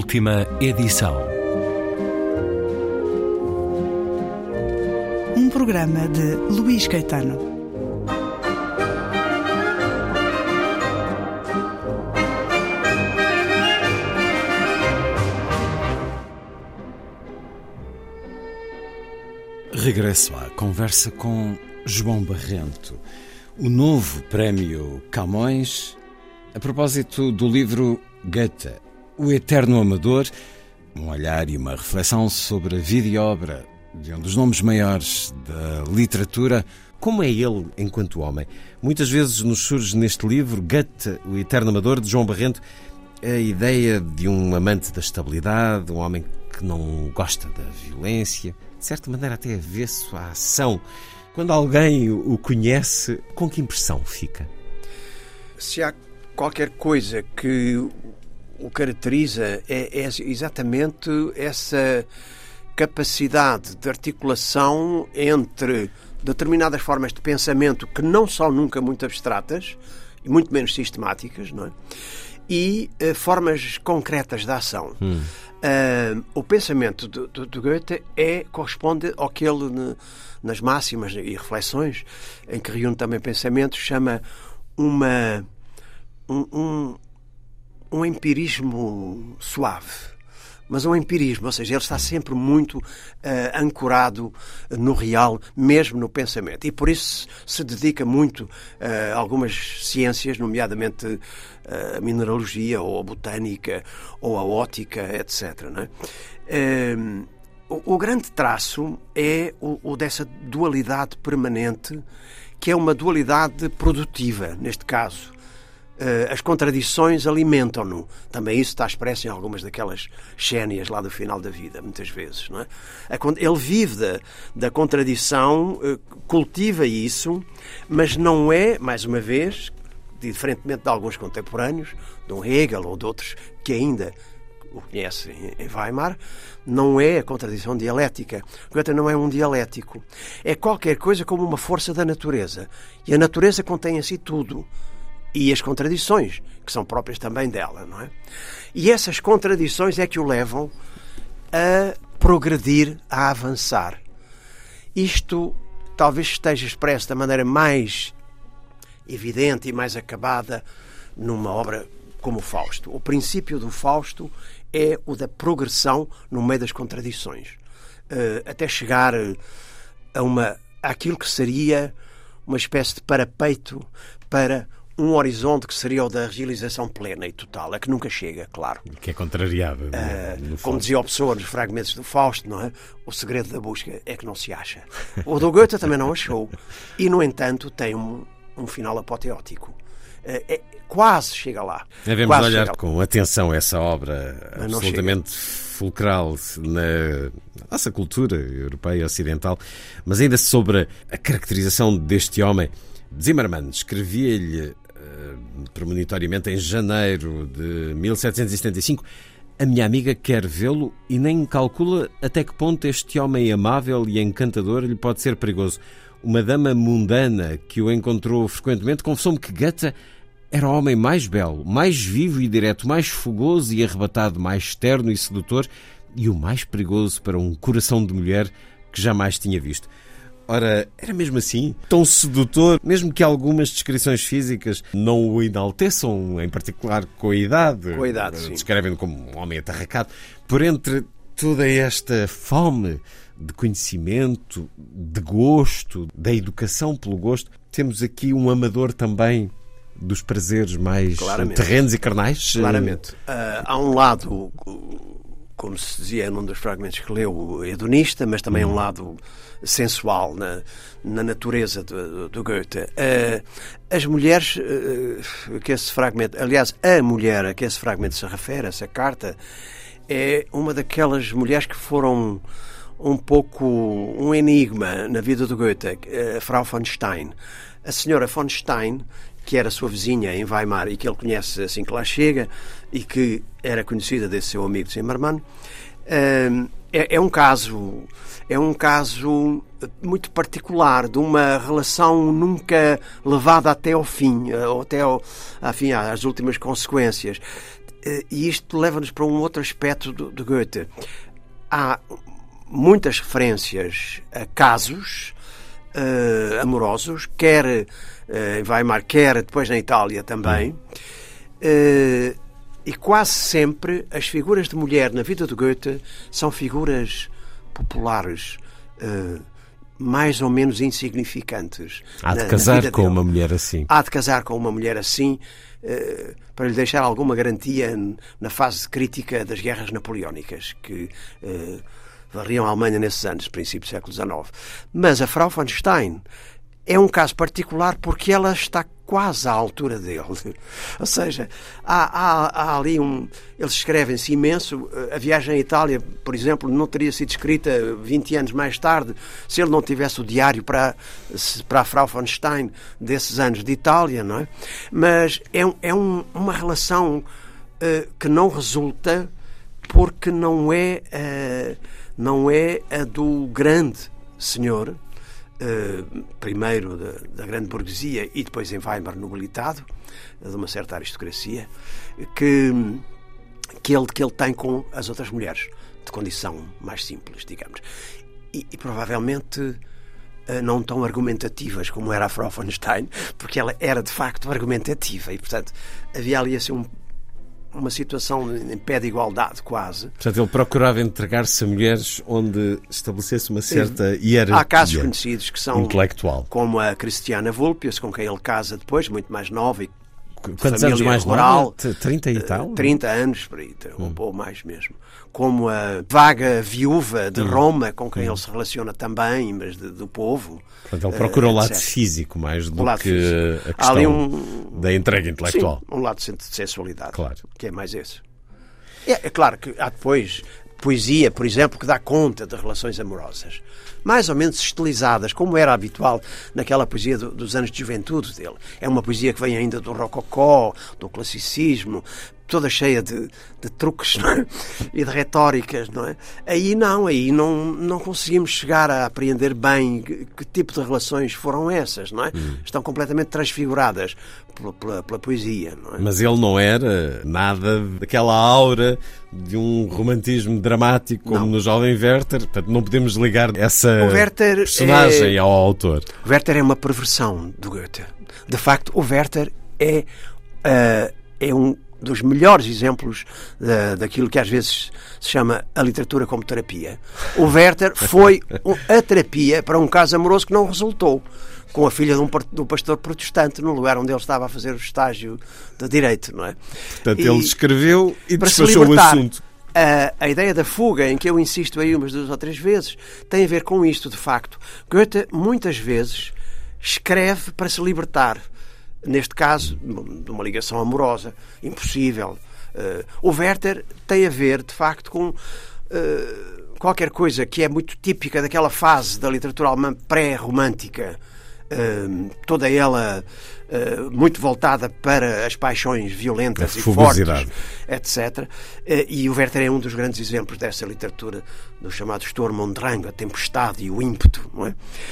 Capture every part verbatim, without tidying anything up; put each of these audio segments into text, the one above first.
Última edição. Um programa de Luís Caetano. Regresso à conversa com João Barrento, o novo prémio Camões, a propósito do livro Goethe, o Eterno Amador, um olhar e uma reflexão sobre a vida e obra de um dos nomes maiores da literatura. Como é ele enquanto homem? Muitas vezes nos surge neste livro, Goethe, o Eterno Amador, de João Barrento, a ideia de um amante da estabilidade, um homem que não gosta da violência, de certa maneira até avesso à ação. Quando alguém o conhece, com que impressão fica? Se há qualquer coisa que o caracteriza, é, é exatamente essa capacidade de articulação entre determinadas formas de pensamento que não são nunca muito abstratas e muito menos sistemáticas, não é? E uh, formas concretas de ação. Hum. Uh, o pensamento do, do, do Goethe é, corresponde ao que ele, ne, nas máximas e reflexões, em que reúne também pensamentos, chama uma, um, um, um empirismo suave. Mas um empirismo, ou seja, ele está sempre muito uh, ancorado no real, mesmo no pensamento. E por isso se dedica muito uh, a algumas ciências, nomeadamente uh, a mineralogia, ou a botânica, ou a ótica, etcétera, não é? Uh, o, o grande traço é o, o dessa dualidade permanente, que é uma dualidade produtiva, neste caso. As contradições alimentam-no. Também isso está expresso em algumas daquelas xénias lá do final da vida, muitas vezes, não é? Ele vive da, da contradição, cultiva isso, mas não é, mais uma vez, diferentemente de alguns contemporâneos, de um Hegel ou de outros que ainda o conhecem em Weimar, não é a contradição dialética. Goethe não é um dialético. É qualquer coisa como uma força da natureza. E a natureza contém em si tudo. E as contradições, que são próprias também dela, não é? E essas contradições é que o levam a progredir, a avançar. Isto talvez esteja expresso da maneira mais evidente e mais acabada numa obra como o Fausto. O princípio do Fausto é o da progressão no meio das contradições, até chegar a uma, àquilo que seria uma espécie de parapeito para um horizonte que seria o da realização plena e total, a que nunca chega, claro. Que é contrariado. Uh, como dizia o Pessoa nos fragmentos do Fausto, não é? O segredo da busca é que não se acha. O do Goethe também não achou. E, no entanto, tem um, um final apoteótico. Uh, é, quase chega lá. Devemos quase olhar com atenção essa obra absolutamente fulcral na nossa cultura europeia ocidental, mas ainda sobre a caracterização deste homem. Zimmermann escrevia-lhe uh, premonitoriamente em janeiro de mil setecentos e setenta e cinco: a minha amiga quer vê-lo e nem calcula até que ponto este homem amável e encantador lhe pode ser perigoso. Uma dama mundana que o encontrou frequentemente confessou-me que Goethe era o homem mais belo, mais vivo e direto, mais fogoso e arrebatado, mais terno e sedutor e o mais perigoso para um coração de mulher que jamais tinha visto. Ora, era mesmo assim? Tão sedutor, mesmo que algumas descrições físicas não o enalteçam, em particular com a idade. Com a idade, sim. Descrevem-no como um homem atarracado. Por entre toda esta fome de conhecimento, de gosto, da educação pelo gosto, temos aqui um amador também dos prazeres mais Claramente. terrenos e carnais? Claramente. Uh, há um lado, como se dizia num dos fragmentos que leu, hedonista, mas também hum. um lado sensual na, na natureza do, do Goethe. Uh, as mulheres uh, que esse fragmento, aliás, a mulher a que esse fragmento se refere, essa carta, é uma daquelas mulheres que foram um pouco um enigma na vida do Goethe, a Frau von Stein. A senhora von Stein, que era sua vizinha em Weimar e que ele conhece assim que lá chega e que era conhecida desse seu amigo Zimmermann, uh, é, é um caso é um caso muito particular de uma relação nunca levada até ao fim, ou até ao, enfim, às últimas consequências. E isto leva-nos para um outro aspecto do, do Goethe. Há muitas referências a casos uh, amorosos, quer uh, em Weimar, quer depois na Itália também. Uh, e quase sempre as figuras de mulher na vida do Goethe são figuras populares, uh, mais ou menos insignificantes. Há de na, casar na com dele. uma mulher assim. Há de casar com uma mulher assim, uh, para lhe deixar alguma garantia na fase crítica das guerras napoleónicas, que uh, varriam a Alemanha nesses anos, princípio do século dezenove. Mas a Frau von Stein é um caso particular porque ela está quase à altura dele. Ou seja, há, há, há ali um... Eles escrevem-se imenso. A viagem à Itália, por exemplo, não teria sido escrita vinte anos mais tarde se ele não tivesse o diário para, para a Frau von Stein desses anos de Itália, não é? Mas é, é um, uma relação uh, que não resulta porque não é, uh, não é a do grande senhor, Uh, primeiro da, da grande burguesia e depois em Weimar nobilitado, de uma certa aristocracia, que, que, ele, que ele tem com as outras mulheres, de condição mais simples, digamos. E, e provavelmente uh, não tão argumentativas como era a Frau von Stein, porque ela era de facto argumentativa e, portanto, havia ali assim um uma situação em pé de igualdade, quase. Portanto, ele procurava entregar-se a mulheres onde estabelecesse uma certa hierarquia. Há casos conhecidos que são intelectual, como a Christiana Vulpius, com quem ele casa depois, muito mais nova e quantos anos mais rural, nova? trinta e tal? trinta anos, por aí, hum. ou mais mesmo. Como a vaga viúva de hum. Roma, com quem hum. ele se relaciona também, mas de, do povo. Portanto, ele procura o uh, lado físico mais do que físico. A questão um... da entrega intelectual. Sim, um lado de sensualidade, claro. Que é mais esse. É, é claro que há depois poesia, por exemplo, que dá conta de relações amorosas, mais ou menos estilizadas, como era habitual naquela poesia do, dos anos de juventude dele. É uma poesia que vem ainda do rococó, do classicismo, toda cheia de, de truques, não é? E de retóricas, não é? Aí não, aí não, não conseguimos chegar a apreender bem que, que tipo de relações foram essas, não é? Hum. Estão completamente transfiguradas pela, pela, pela poesia, não é? Mas ele não era nada daquela aura de um romantismo dramático como não. no jovem Werther, portanto não podemos ligar essa personagem é... ao autor. O Werther é uma perversão do Goethe. De facto, o Werther é, uh, é um dos melhores exemplos da, daquilo que às vezes se chama a literatura como terapia. O Werther foi a terapia para um caso amoroso que não resultou, com a filha de um, de um pastor protestante no lugar onde ele estava a fazer o estágio de direito, não é? Portanto, e, ele escreveu e despachou o assunto. A, a ideia da fuga, em que eu insisto aí umas duas ou três vezes, tem a ver com isto, de facto. Goethe, muitas vezes, escreve para se libertar. Neste caso, de uma ligação amorosa, impossível. Uh, o Werther tem a ver, de facto, com uh, qualquer coisa que é muito típica daquela fase da literatura alemã pré-romântica, uh, toda ela uh, muito voltada para as paixões violentas e fortes, etcétera. Uh, e o Werther é um dos grandes exemplos dessa literatura, do chamado Sturm und Drang, a tempestade e o ímpeto, não é?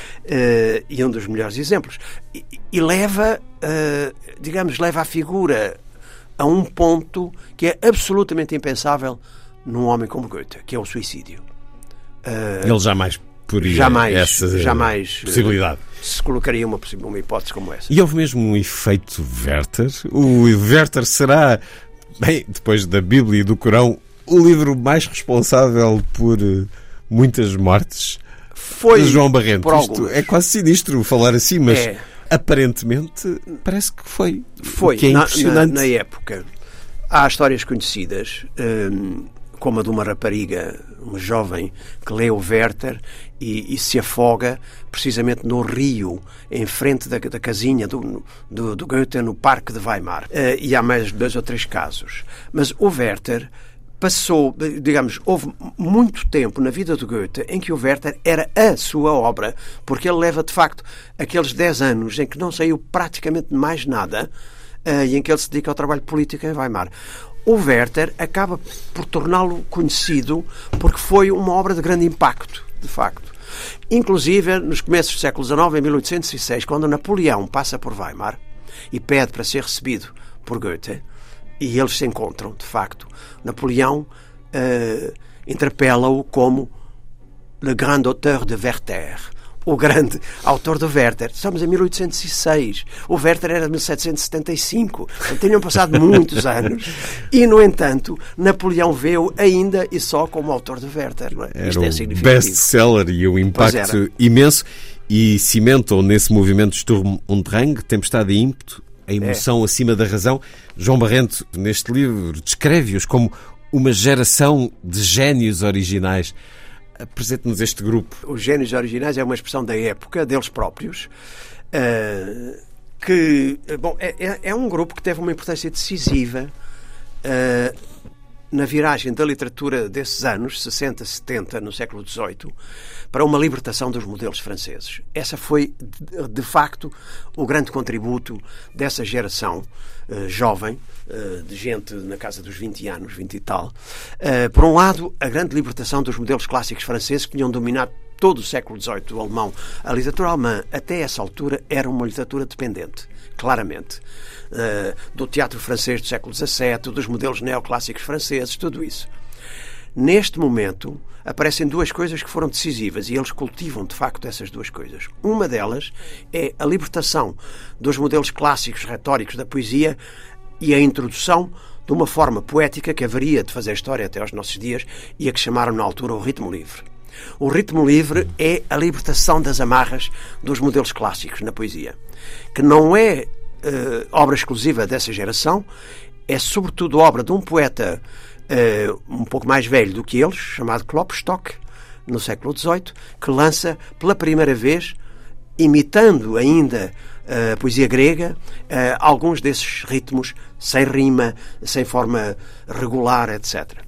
Uh, e um dos melhores exemplos. E, e leva, uh, digamos, leva a figura a um ponto que é absolutamente impensável num homem como Goethe, que é o suicídio. Uh, Ele jamais poria jamais, essa jamais, possibilidade. Uh, se colocaria uma, uma hipótese como essa. E houve mesmo um efeito Werther? O Werther será, bem, depois da Bíblia e do Corão, o livro mais responsável por muitas mortes? Foi de João Barrento. Por Isto é quase sinistro falar assim, mas é. aparentemente parece que foi. Foi, que é na, impressionante. Na, na época. Há histórias conhecidas, hum, como a de uma rapariga, uma jovem, que lê o Werther e, e se afoga precisamente no rio, em frente da, da casinha do, do, do Goethe, no Parque de Weimar. Uh, e há mais dois ou três casos. Mas o Werther passou, digamos, houve muito tempo na vida do Goethe em que o Werther era a sua obra, porque ele leva, de facto, aqueles dez anos em que não saiu praticamente mais nada uh, e em que ele se dedica ao trabalho político em Weimar. O Werther acaba por torná-lo conhecido porque foi uma obra de grande impacto, de facto. Inclusive, nos começos do século dezenove, em mil oitocentos e seis, quando Napoleão passa por Weimar e pede para ser recebido por Goethe, e eles se encontram, de facto. Napoleão uh, interpela-o como le grand auteur de Werther, o grande autor do Werther. Estamos em mil oitocentos e seis. O Werther era de mil setecentos e setenta e cinco. Tinham passado muitos anos. E, no entanto, Napoleão vê-o ainda e só como autor do Werther. Não é? Era Isto é significativo. Best-seller e o impacto imenso. E cimentam nesse movimento Sturm und Drang, tempestade e ímpeto, a emoção é. acima da razão. João Barrento, neste livro, descreve-os como uma geração de génios originais. Apresente-nos este grupo. Os génios originais é uma expressão da época, deles próprios, uh, que bom, é, é um grupo que teve uma importância decisiva uh, na viragem da literatura desses anos, sessenta, setenta, no século dezoito, para uma libertação dos modelos franceses. Essa foi, de, de facto, o grande contributo dessa geração uh, jovem, uh, de gente na casa dos vinte anos, vinte e tal. Uh, por um lado, a grande libertação dos modelos clássicos franceses que tinham dominado todo o século dezoito do alemão. A literatura alemã, até essa altura, era uma literatura dependente, claramente. Uh, do teatro francês do século dezassete, dos modelos neoclássicos franceses, tudo isso. Neste momento, aparecem duas coisas que foram decisivas e eles cultivam, de facto, essas duas coisas. Uma delas é a libertação dos modelos clássicos retóricos da poesia e a introdução de uma forma poética que haveria de fazer história até aos nossos dias e a que chamaram na altura o ritmo livre. O ritmo livre é a libertação das amarras dos modelos clássicos na poesia, que não é uh, obra exclusiva dessa geração, é sobretudo obra de um poeta uh, um pouco mais velho do que eles, chamado Klopstock, no século dezoito, que lança pela primeira vez, imitando ainda a poesia grega, uh, alguns desses ritmos sem rima, sem forma regular, etcétera.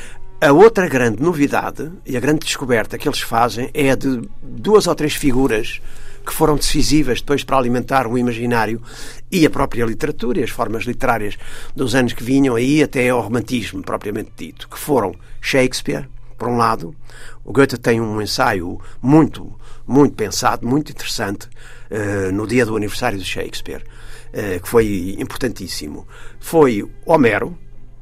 A outra grande novidade e a grande descoberta que eles fazem é a de duas ou três figuras que foram decisivas depois para alimentar o imaginário e a própria literatura e as formas literárias dos anos que vinham aí até ao romantismo propriamente dito, que foram Shakespeare, por um lado. O Goethe tem um ensaio muito, muito pensado, muito interessante, uh, no dia do aniversário de Shakespeare, uh, que foi importantíssimo. Foi Homero,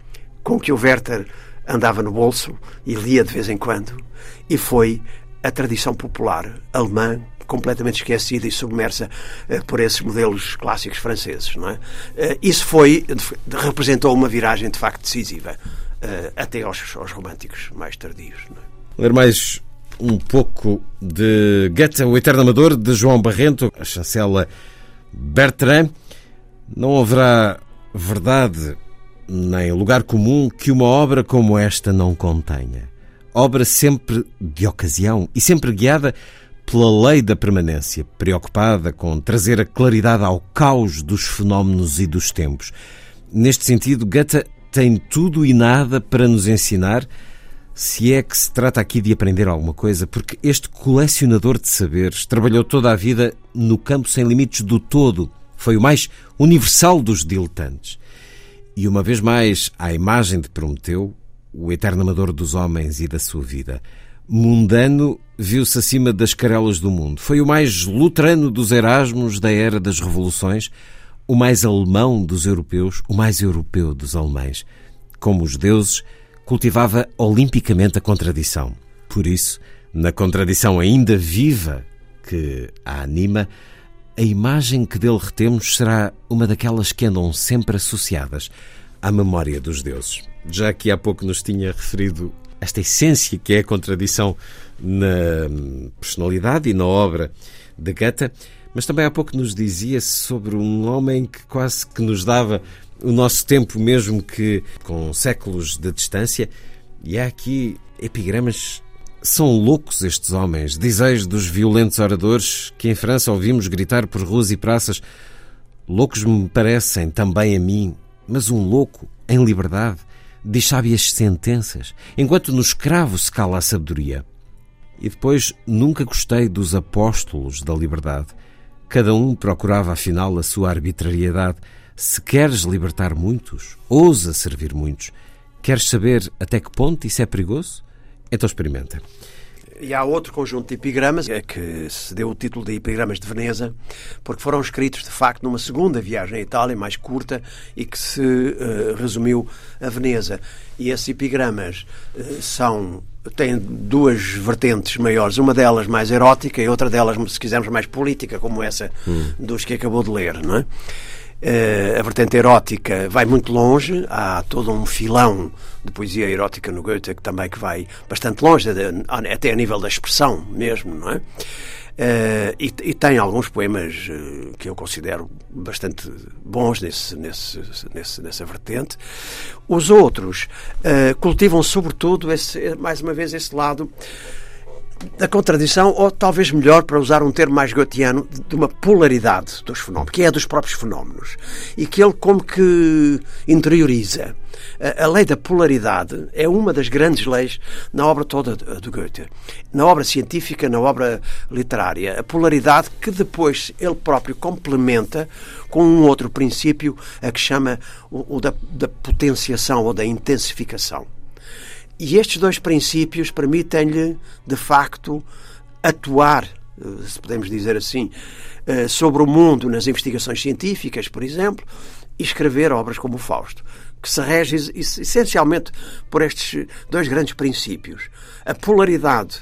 com que o Werther andava no bolso e lia de vez em quando, e foi a tradição popular alemã, completamente esquecida e submersa uh, por esses modelos clássicos franceses, não é? Uh, isso foi, de, representou uma viragem de facto decisiva, uh, até aos, aos românticos mais tardios, não é? Ler mais um pouco de Goethe, o Eterno Amador, de João Barrento, a chancela Bertrand. Não haverá verdade nem lugar comum que uma obra como esta não contenha. Obra sempre de ocasião e sempre guiada pela lei da permanência, preocupada com trazer a claridade ao caos dos fenómenos e dos tempos. Neste sentido, Goethe tem tudo e nada para nos ensinar, se é que se trata aqui de aprender alguma coisa, porque este colecionador de saberes trabalhou toda a vida no campo sem limites do todo. Foi o mais universal dos diletantes. E uma vez mais, à imagem de Prometeu, o eterno amador dos homens e da sua vida, mundano, viu-se acima das carelas do mundo. Foi o mais luterano dos Erasmos da era das revoluções, o mais alemão dos europeus, o mais europeu dos alemães. Como os deuses, cultivava olimpicamente a contradição. Por isso, na contradição ainda viva que a anima, a imagem que dele retemos será uma daquelas que andam sempre associadas à memória dos deuses. Já que há pouco nos tinha referido esta essência que é a contradição na personalidade e na obra de Goethe, mas também há pouco nos dizia sobre um homem que quase que nos dava o nosso tempo, mesmo que com séculos de distância. E há aqui epigramas. São loucos estes homens, dizeis dos violentos oradores que em França ouvimos gritar por ruas e praças. Loucos me parecem também a mim, mas um louco, em liberdade, diz sábias sentenças, enquanto no escravo se cala a sabedoria. E depois nunca gostei dos apóstolos da liberdade. Cada um procurava afinal a sua arbitrariedade. Se queres libertar muitos, ousa servir muitos. Queres saber até que ponto isso é perigoso? Então experimenta. E há outro conjunto de epigramas que se deu o título de Epigramas de Veneza, porque foram escritos, de facto, numa segunda viagem à Itália, mais curta, e que se uh, resumiu a Veneza. E esses epigramas uh, são... têm duas vertentes maiores, uma delas mais erótica e outra delas, se quisermos, mais política, como essa hum. dos que acabou de ler, não é? Uh, a vertente erótica vai muito longe, há todo um filão de poesia erótica no Goethe que também que vai bastante longe, até a nível da expressão mesmo, não é? Uh, e, e tem alguns poemas uh, que eu considero bastante bons nesse, nesse, nesse, nessa vertente. Os outros uh, cultivam sobretudo, esse, mais uma vez, esse lado da contradição, ou talvez melhor, para usar um termo mais goetheano, de uma polaridade dos fenómenos, que é a dos próprios fenómenos, e que ele como que interioriza. A, a lei da polaridade é uma das grandes leis na obra toda do Goethe, na obra científica, na obra literária. A polaridade que depois ele próprio complementa com um outro princípio, a que chama o, o da, da potenciação ou da intensificação. E estes dois princípios permitem-lhe, de facto, atuar, se podemos dizer assim, sobre o mundo nas investigações científicas, por exemplo, e escrever obras como o Fausto, que se rege essencialmente por estes dois grandes princípios. A polaridade,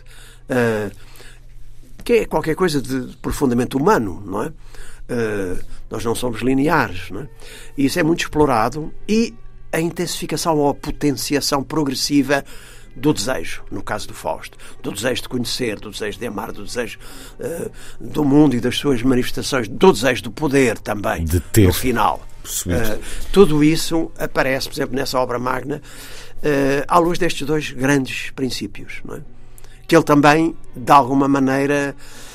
que é qualquer coisa de profundamente humano, não é? Nós não somos lineares, não é? E isso é muito explorado, e a intensificação ou a potenciação progressiva do desejo, no caso do Fausto, do desejo de conhecer, do desejo de amar, do desejo uh, do mundo e das suas manifestações, do desejo do poder também, de ter, no final. Uh, tudo isso aparece, por exemplo, nessa obra magna, uh, à luz destes dois grandes princípios, não é? Que ele também, de alguma maneira,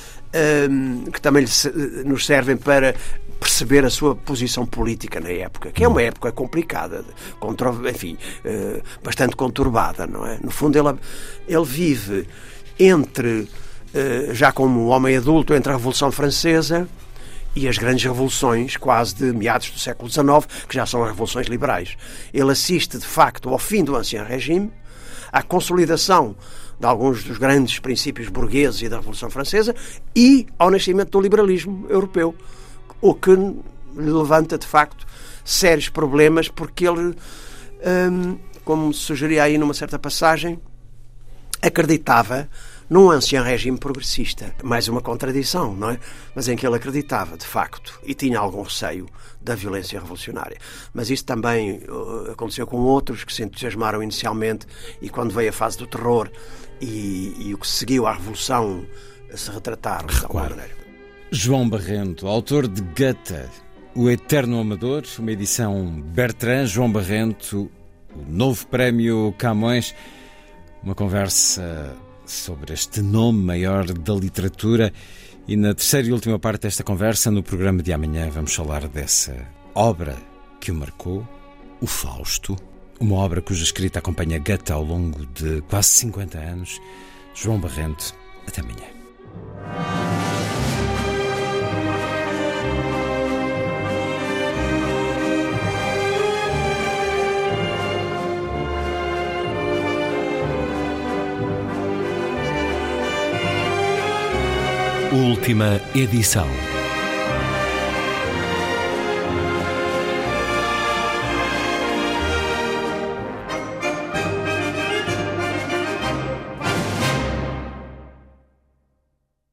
uh, que também nos servem para perceber a sua posição política na época, que é uma época complicada, contra, enfim, uh, bastante conturbada, não é? No fundo, ele, ele vive entre, uh, já como homem adulto, entre a Revolução Francesa e as grandes revoluções, quase de meados do século dezenove, que já são as revoluções liberais. Ele assiste, de facto, ao fim do Ancien Régime, à consolidação de alguns dos grandes princípios burgueses e da Revolução Francesa e ao nascimento do liberalismo europeu, o que lhe levanta, de facto, sérios problemas, porque ele, hum, como sugeria aí numa certa passagem, acreditava num ancien regime progressista. Mais uma contradição, não é? Mas em que ele acreditava, de facto, e tinha algum receio da violência revolucionária. Mas isso também uh, aconteceu com outros que se entusiasmaram inicialmente, e quando veio a fase do terror e, e o que seguiu à revolução, se retrataram de alguma maneira. João Barrento, autor de Goethe, O Eterno Amador, uma edição Bertrand. João Barrento, o novo prémio Camões, uma conversa sobre este nome maior da literatura. E na terceira e última parte desta conversa, no programa de amanhã, vamos falar dessa obra que o marcou, o Fausto, uma obra cuja escrita acompanha Goethe ao longo de quase cinquenta anos. João Barrento, até amanhã. Última edição.